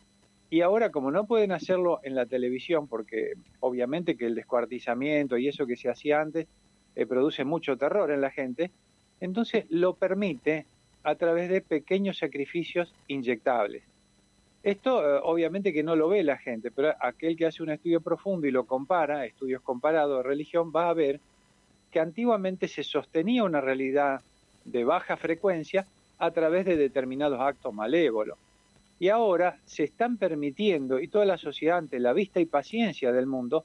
Y ahora, como no pueden hacerlo en la televisión, porque obviamente que el descuartizamiento y eso que se hacía antes eh, produce mucho terror en la gente, entonces lo permite a través de pequeños sacrificios inyectables. Esto eh, obviamente que no lo ve la gente, pero aquel que hace un estudio profundo y lo compara, estudios comparados de religión, va a ver que antiguamente se sostenía una realidad de baja frecuencia a través de determinados actos malévolos. Y ahora se están permitiendo, y toda la sociedad ante la vista y paciencia del mundo,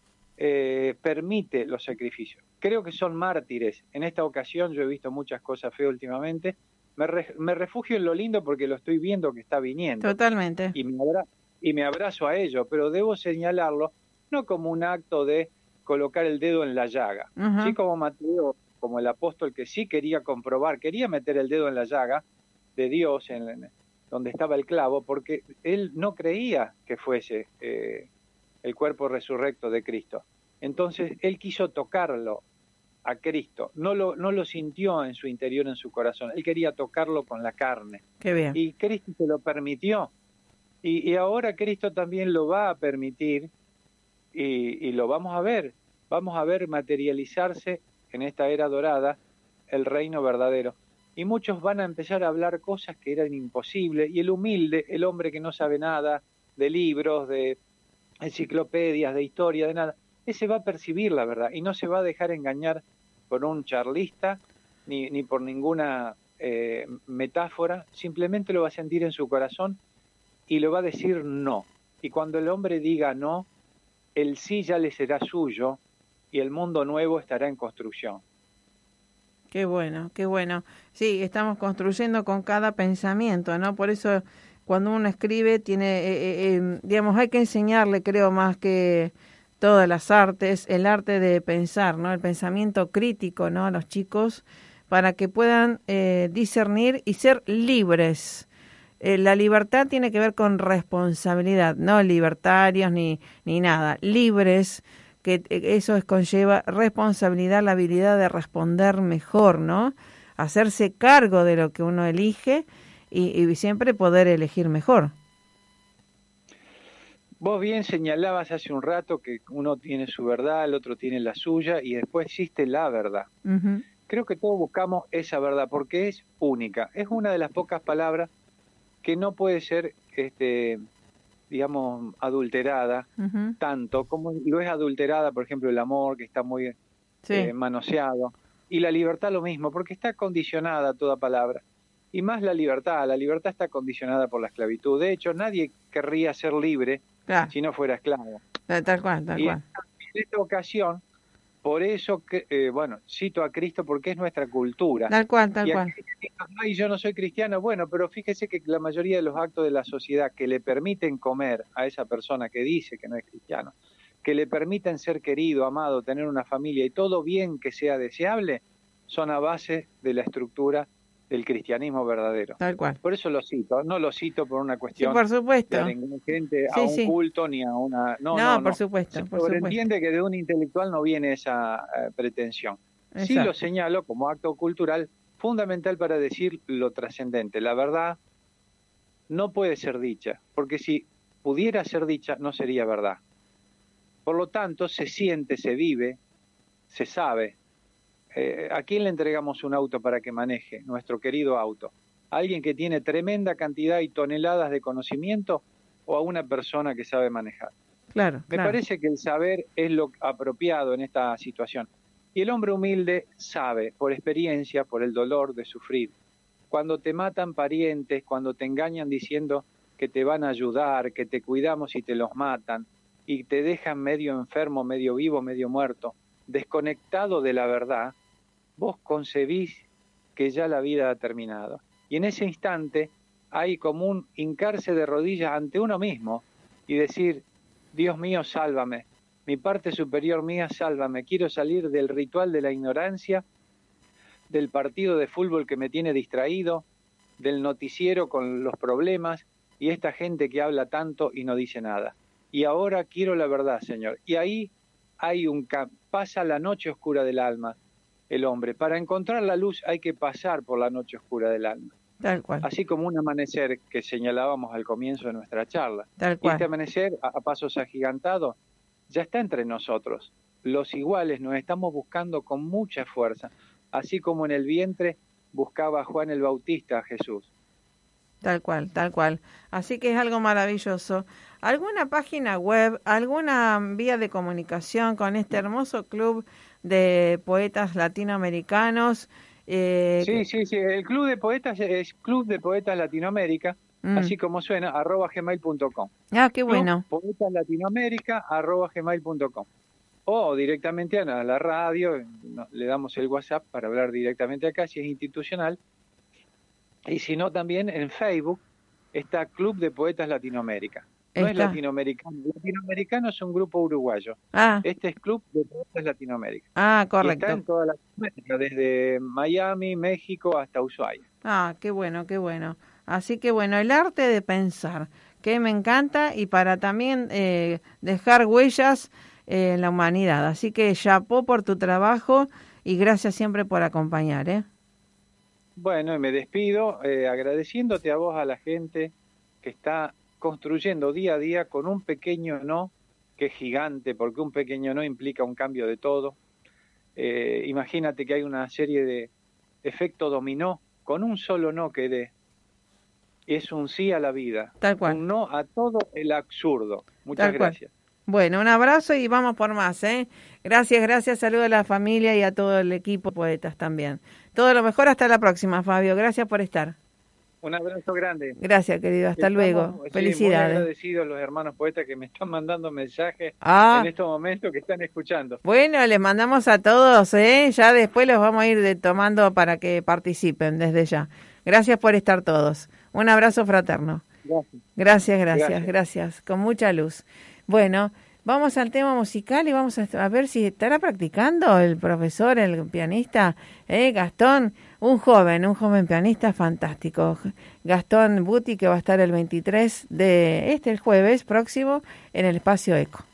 eh, permite los sacrificios. Creo que son mártires. En esta ocasión yo he visto muchas cosas feas últimamente. Me, re, me refugio en lo lindo porque lo estoy viendo que está viniendo. Totalmente. Y me, abra, y me abrazo a ello, pero debo señalarlo no como un acto de colocar el dedo en la llaga. Uh-huh. Sí, como Mateo, como el apóstol que sí quería comprobar, quería meter el dedo en la llaga de Dios, en, en donde estaba el clavo, porque él no creía que fuese eh, el cuerpo resurrecto de Cristo. Entonces él quiso tocarlo a Cristo, no lo, no lo sintió en su interior, en su corazón, él quería tocarlo con la carne. Qué bien. Y Cristo se lo permitió, y, y ahora Cristo también lo va a permitir, y, y lo vamos a ver, vamos a ver materializarse en esta era dorada el reino verdadero. Y muchos van a empezar a hablar cosas que eran imposibles, y el humilde, el hombre que no sabe nada de libros, de enciclopedias, de historia, de nada, ese va a percibir la verdad y no se va a dejar engañar por un charlista ni, ni por ninguna eh, metáfora, simplemente lo va a sentir en su corazón y lo va a decir no. Y cuando el hombre diga no, el sí ya le será suyo y el mundo nuevo estará en construcción. Qué bueno, qué bueno. Sí, estamos construyendo con cada pensamiento, ¿no? Por eso cuando uno escribe tiene, eh, eh, digamos, hay que enseñarle, creo, más que todas las artes, el arte de pensar, ¿no? El pensamiento crítico, ¿no? A los chicos para que puedan eh, discernir y ser libres. Eh, la libertad tiene que ver con responsabilidad, no libertarios ni, ni nada, libres, que eso es, conlleva responsabilidad, la habilidad de responder mejor, ¿no? Hacerse cargo de lo que uno elige y, y siempre poder elegir mejor. Vos bien señalabas hace un rato que uno tiene su verdad, el otro tiene la suya y después existe la verdad. Uh-huh. Creo que todos buscamos esa verdad porque es única, es una de las pocas palabras que no puede ser, este, digamos, adulterada uh-huh. tanto como lo es adulterada, por ejemplo, el amor, que está muy sí. eh, manoseado, y la libertad lo mismo, porque está condicionada toda palabra. Y más la libertad, la libertad está condicionada por la esclavitud. De hecho, nadie querría ser libre claro. si no fuera esclavo. Tal cual, tal y cual. En esta ocasión, por eso, que, eh, bueno, cito a Cristo porque es nuestra cultura. Tal cual, tal y cual. Ay, yo no soy cristiano. Bueno, pero fíjese que la mayoría de los actos de la sociedad que le permiten comer a esa persona que dice que no es cristiano, que le permiten ser querido, amado, tener una familia y todo bien que sea deseable, son a base de la estructura del cristianismo verdadero. Tal cual. Por eso lo cito, no lo cito por una cuestión sí, por supuesto. de arengar gente sí, a un sí. culto ni a una... No, no, no, por no. supuesto. Se por supuesto. entiende que de un intelectual no viene esa uh, pretensión. Exacto. Sí lo señalo como acto cultural fundamental para decir lo trascendente. La verdad no puede ser dicha, porque si pudiera ser dicha no sería verdad. Por lo tanto, se siente, se vive, se sabe. Eh, ¿A quién le entregamos un auto para que maneje? Nuestro querido auto. ¿A alguien que tiene tremenda cantidad y toneladas de conocimiento o a una persona que sabe manejar? Claro, Me claro. parece que el saber es lo apropiado en esta situación. Y el hombre humilde sabe, por experiencia, por el dolor de sufrir. Cuando te matan parientes, cuando te engañan diciendo que te van a ayudar, que te cuidamos y te los matan, y te dejan medio enfermo, medio vivo, medio muerto, desconectado de la verdad, vos concebís que ya la vida ha terminado. Y en ese instante hay como un hincarse de rodillas ante uno mismo y decir, Dios mío, sálvame. Mi parte superior mía, sálvame. Quiero salir del ritual de la ignorancia, del partido de fútbol que me tiene distraído, del noticiero con los problemas y esta gente que habla tanto y no dice nada. Y ahora quiero la verdad, Señor. Y ahí hay un pasa la noche oscura del alma, el hombre. Para encontrar la luz hay que pasar por la noche oscura del alma. Tal cual. Así como un amanecer que señalábamos al comienzo de nuestra charla. Tal cual. Y este amanecer, a, a pasos agigantados, ya está entre nosotros. Los iguales nos estamos buscando con mucha fuerza, así como en el vientre buscaba Juan el Bautista a Jesús. Tal cual, tal cual. Así que es algo maravilloso. ¿Alguna página web, alguna vía de comunicación con este hermoso club de poetas latinoamericanos? Eh, sí, que... sí, sí. El Club de Poetas es Club de Poetas Latinoamérica, mm. así como suena, arroba gmail punto com. Ah, qué bueno. Club Poetas Latinoamérica, arroba gmail punto com. O directamente a la radio, no, le damos el WhatsApp para hablar directamente acá, si es institucional. Y si no, también en Facebook está Club de Poetas Latinoamérica. No está. Es latinoamericano. Latinoamericano es un grupo uruguayo. Ah. Este es Club de Poetas Latinoamérica. Ah, correcto. Y está en toda Latinoamérica, desde Miami, México hasta Ushuaia. Ah, qué bueno, qué bueno. Así que bueno, el arte de pensar, que me encanta, y para también eh, dejar huellas eh, en la humanidad. Así que chapó por tu trabajo y gracias siempre por acompañar, ¿eh? Bueno, y me despido eh, agradeciéndote a vos, a la gente que está construyendo día a día con un pequeño no, que es gigante, porque un pequeño no implica un cambio de todo. Eh, imagínate que hay una serie de efecto dominó, con un solo no que dé. Es un sí a la vida. Tal cual. Un no a todo el absurdo. Muchas Tal cual. gracias. Bueno, un abrazo y vamos por más, ¿eh? Gracias, gracias, saludo a la familia y a todo el equipo Poetas también. Todo lo mejor, hasta la próxima, Fabio. Gracias por estar. Un abrazo grande. Gracias, querido. Hasta Estamos, luego. sí, Felicidades. Muy agradecidos los hermanos poetas que me están mandando mensajes ah. en estos momentos que están escuchando. Bueno, les mandamos a todos, ¿eh? Ya después los vamos a ir de, tomando para que participen desde ya. Gracias por estar todos. Un abrazo fraterno. Gracias. Gracias, gracias, Gracias. gracias. Con mucha luz. Bueno, vamos al tema musical y vamos a, a ver si estará practicando el profesor, el pianista, ¿eh? Gastón, un joven, un joven pianista fantástico. Gastón Buti, que va a estar el veintitrés de este, el jueves próximo, en el Espacio Eco.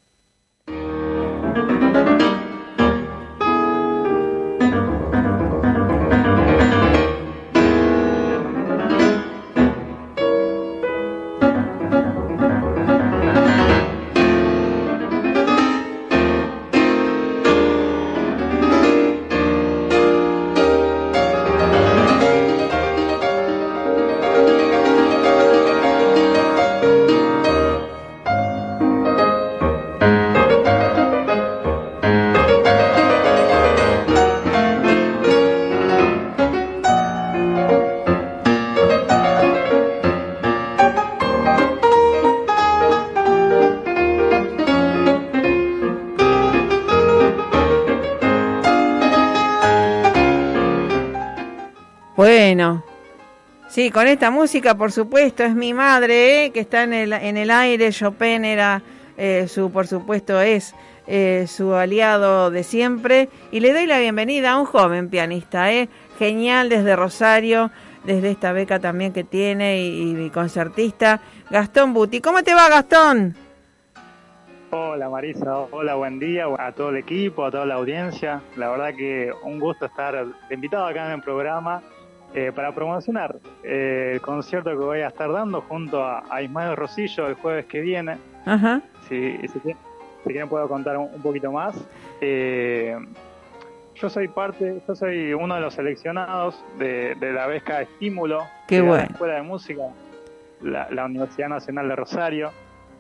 Bueno, sí, con esta música, por supuesto, es mi madre, ¿eh? Que está en el, en el aire. Chopin era eh, su, por supuesto, es eh, su aliado de siempre. Y le doy la bienvenida a un joven pianista, ¿eh? Genial, desde Rosario, desde esta beca también que tiene, y, y concertista, Gastón Buti. ¿Cómo te va, Gastón? Hola Marisa, hola, buen día a todo el equipo, a toda la audiencia. La verdad que un gusto estar invitado acá en el programa. Eh, para promocionar eh, el concierto que voy a estar dando junto a, a Ismael Rosillo el jueves que viene. Ajá. Si, si, si quieren puedo contar un, un poquito más. Eh, yo soy parte, yo soy uno de los seleccionados de, de la beca Estímulo. Qué de bueno. la Escuela de Música, la, la Universidad Nacional de Rosario.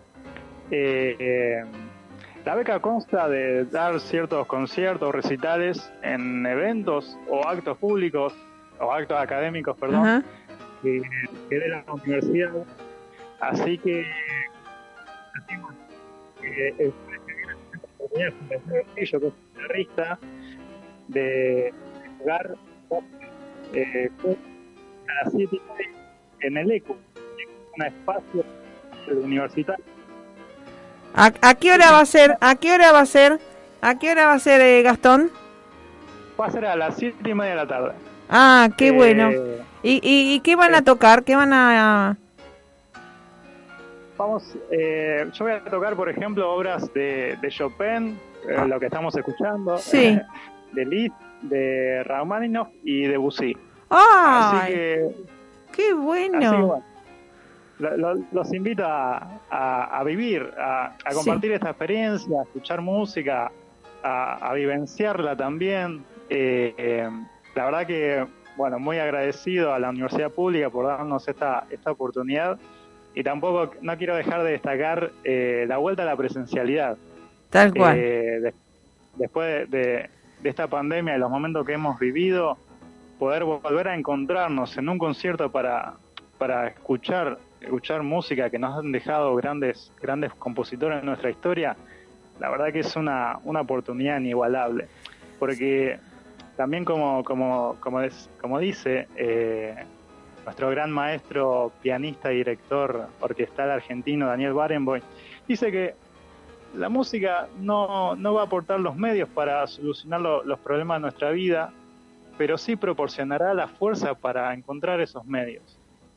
Eh, eh, la beca consta de dar ciertos conciertos, recitales en eventos o actos públicos o actos académicos, perdón, Ajá. que, que de la universidad. Así que, así, eh, el jueves que viene tengo la oportunidad junto a Fernando Castillo, que es guitarrista, de jugar eh, a las siete y media en el ECO, un espacio universitario. ¿A, ¿A qué hora va a ser? ¿A qué hora va a ser? ¿A qué hora va a ser, eh, Gastón? Va a ser a las siete y media de la tarde. Ah, qué Eh, bueno. ¿Y, y, ¿Y qué van a tocar? ¿Qué van a...? Vamos, eh, yo voy a tocar, por ejemplo, obras de, de Chopin, eh, lo que estamos escuchando, Sí. de Liszt, de Rachmaninoff y de Debussy. ¡Ay! Así que, ¡Qué bueno! así que bueno, lo- lo- los invito a, a, a vivir, a, a compartir Sí. esta experiencia, a escuchar música, a, a vivenciarla también. Eh, eh, la verdad que, bueno, muy agradecido a la Universidad Pública por darnos esta, esta oportunidad. Y tampoco, no quiero dejar de destacar eh, la vuelta a la presencialidad. Tal cual. Eh, de- después de, de, de esta pandemia, de los momentos que hemos vivido, poder volver a encontrarnos en un concierto para, para escuchar, escuchar música que nos han dejado grandes, grandes compositores en nuestra historia, la verdad que es una, una oportunidad inigualable. Porque también como, como, como, es, como dice eh, nuestro gran maestro, pianista y director orquestal argentino Daniel Barenboim, dice que la música no, no va a aportar los medios para solucionar lo, los problemas de nuestra vida, pero sí proporcionará la fuerza para encontrar esos medios.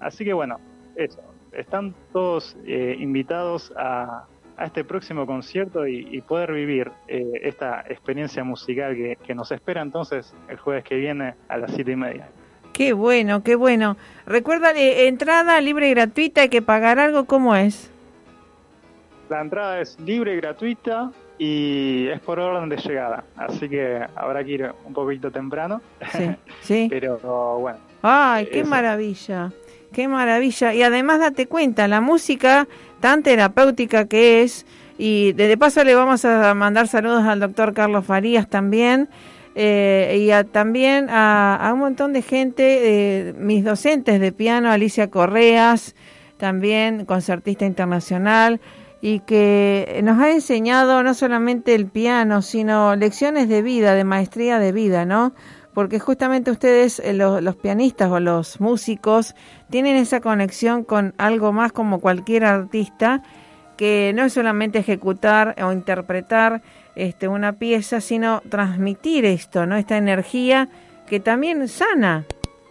Así que bueno, eso, están todos eh, invitados a, a este próximo concierto y, y poder vivir eh, esta experiencia musical que, que nos espera entonces el jueves que viene a las siete y media. Qué bueno, qué bueno. Recuérdale, entrada libre y gratuita, hay que pagar algo, ¿cómo es? La entrada es libre y gratuita y es por orden de llegada, así que habrá que ir un poquito temprano. Sí, sí. Pero bueno. Ay, qué eso. maravilla, qué maravilla. Y además date cuenta, la música tan terapéutica que es, y de paso le vamos a mandar saludos al doctor Carlos Farías también, eh, y a, también a, a un montón de gente, eh, mis docentes de piano, Alicia Correas, también concertista internacional, y que nos ha enseñado no solamente el piano, sino lecciones de vida, de maestría de vida, ¿no? Porque justamente ustedes, eh, los, los pianistas o los músicos, tienen esa conexión con algo más como cualquier artista, que no es solamente ejecutar o interpretar este, una pieza, sino transmitir esto, ¿no? Esta energía que también sana.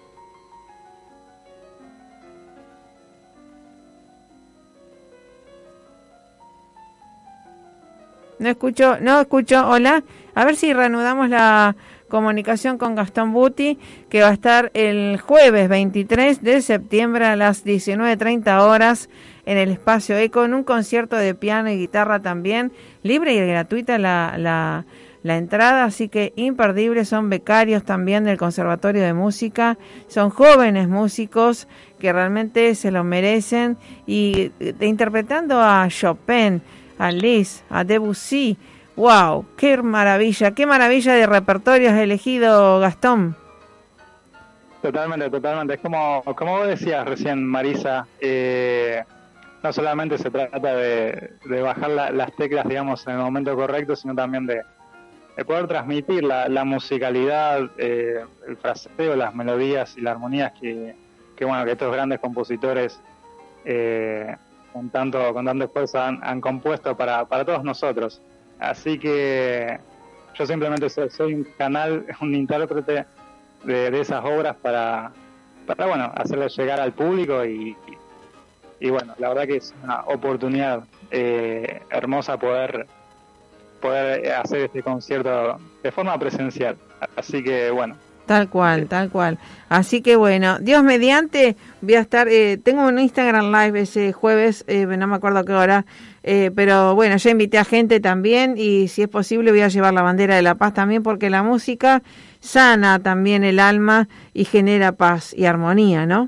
No escucho, no escucho, hola. A ver si reanudamos la comunicación con Gastón Butti, que va a estar el jueves veintitrés de septiembre a las diecinueve treinta horas en el Espacio Eco, en un concierto de piano y guitarra también, libre y gratuita la, la, la entrada, así que imperdible. Son becarios también del Conservatorio de Música, son jóvenes músicos que realmente se lo merecen, y de, interpretando a Chopin, a Liszt, a Debussy. ¡Wow! ¡Qué maravilla! ¡Qué maravilla de repertorio has elegido, Gastón! Totalmente, totalmente. Es como, como vos decías recién, Marisa, eh, no solamente se trata de, de bajar la, las teclas, digamos, en el momento correcto, sino también de, de poder transmitir la, la musicalidad, eh, el fraseo, las melodías y las armonías que, que, bueno, que estos grandes compositores eh, con tanto con tanto esfuerzo han, han compuesto para, para todos nosotros. Así que yo simplemente soy, soy un canal, un intérprete de, de esas obras para, para bueno, hacerles llegar al público y, y, y bueno, la verdad que es una oportunidad eh, hermosa poder, poder hacer este concierto de forma presencial. Así que bueno. Tal cual, tal cual. Así que bueno, Dios mediante, voy a estar, eh, tengo un Instagram Live ese jueves, eh, no me acuerdo a qué hora, eh, pero bueno, ya invité a gente también, y si es posible voy a llevar la bandera de la paz también, porque la música sana también el alma y genera paz y armonía, ¿no?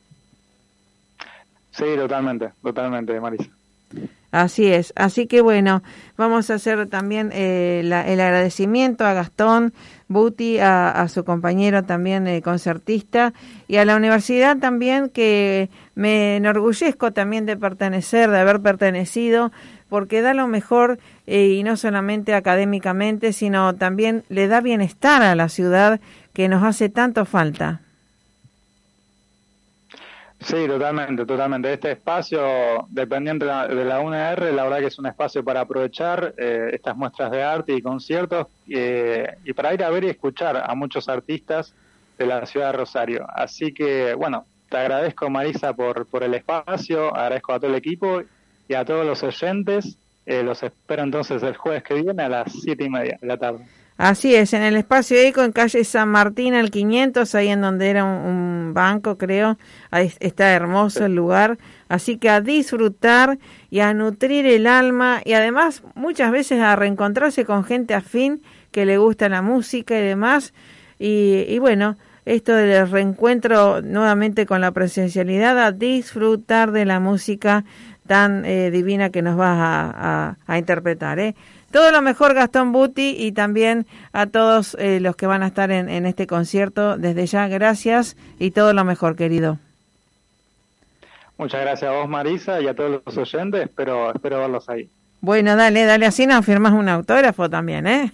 Sí, totalmente, totalmente, Marisa. Así es, así que bueno, vamos a hacer también eh, la, el agradecimiento a Gastón Butti, a, a su compañero también eh, concertista, y a la universidad también, que me enorgullezco también de pertenecer, de haber pertenecido, porque da lo mejor, eh, y no solamente académicamente, sino también le da bienestar a la ciudad, que nos hace tanto falta. Sí, totalmente, totalmente. Este espacio, dependiente de la, de la U N R, la verdad que es un espacio para aprovechar eh, estas muestras de arte y conciertos, eh, y para ir a ver y escuchar a muchos artistas de la ciudad de Rosario. Así que, bueno, te agradezco, Marisa, por, por el espacio, agradezco a todo el equipo y a todos los oyentes. Eh, los espero entonces el jueves que viene a las siete y media de la tarde. Así es, en el Espacio Eco, en calle San Martín al quinientos, ahí en donde era un, un banco, creo. Ahí está hermoso el lugar. Así que a disfrutar y a nutrir el alma, y además muchas veces a reencontrarse con gente afín que le gusta la música y demás. Y, y bueno, esto del reencuentro nuevamente con la presencialidad, a disfrutar de la música tan eh, divina que nos vas a, a, a interpretar, ¿eh? Todo lo mejor, Gastón Butti, y también a todos eh, los que van a estar en, en este concierto. Desde ya, gracias y todo lo mejor, querido. Muchas gracias a vos, Marisa, y a todos los oyentes. Espero, espero verlos ahí. Bueno, dale, dale, así nos firmas un autógrafo también, ¿eh?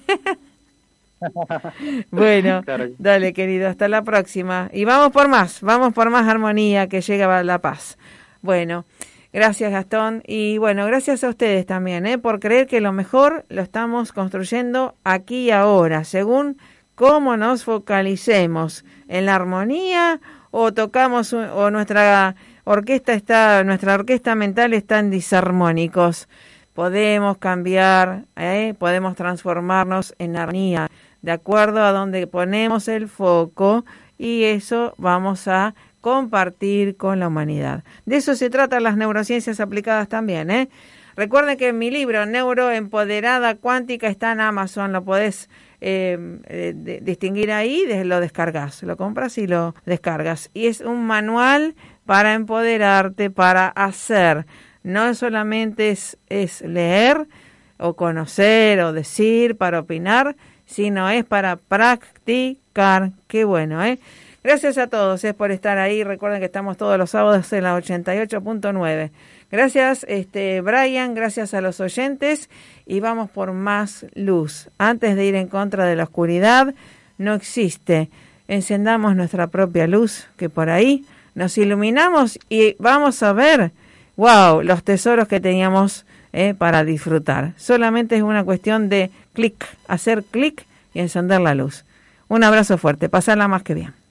Bueno, claro. Dale, querido, hasta la próxima. Y vamos por más, vamos por más armonía, que llega la paz. Bueno, gracias, Gastón, y bueno, gracias a ustedes también, ¿eh? Por creer que lo mejor lo estamos construyendo aquí y ahora, según cómo nos focalicemos, en la armonía o tocamos, un, o nuestra orquesta está, nuestra orquesta mental está en disarmónicos. Podemos cambiar, ¿eh? Podemos transformarnos en armonía, de acuerdo a donde ponemos el foco, y eso vamos a compartir con la humanidad. De eso se tratan las neurociencias aplicadas también, ¿eh? Recuerden que mi libro, Neuroempoderada Cuántica, está en Amazon, lo podés eh, eh, de, distinguir ahí, lo descargas, lo compras y lo descargas. Y es un manual para empoderarte, para hacer. No solamente es, es leer o conocer o decir para opinar, sino es para practicar. Qué bueno, ¿eh? Gracias a todos, es por estar ahí. Recuerden que estamos todos los sábados en la ochenta y ocho punto nueve. Gracias, este Brian, gracias a los oyentes, y vamos por más luz. Antes de ir en contra de la oscuridad, no existe. Encendamos nuestra propia luz, que por ahí nos iluminamos y vamos a ver, wow, los tesoros que teníamos eh, para disfrutar. Solamente es una cuestión de clic, hacer clic y encender la luz. Un abrazo fuerte, pasarla más que bien.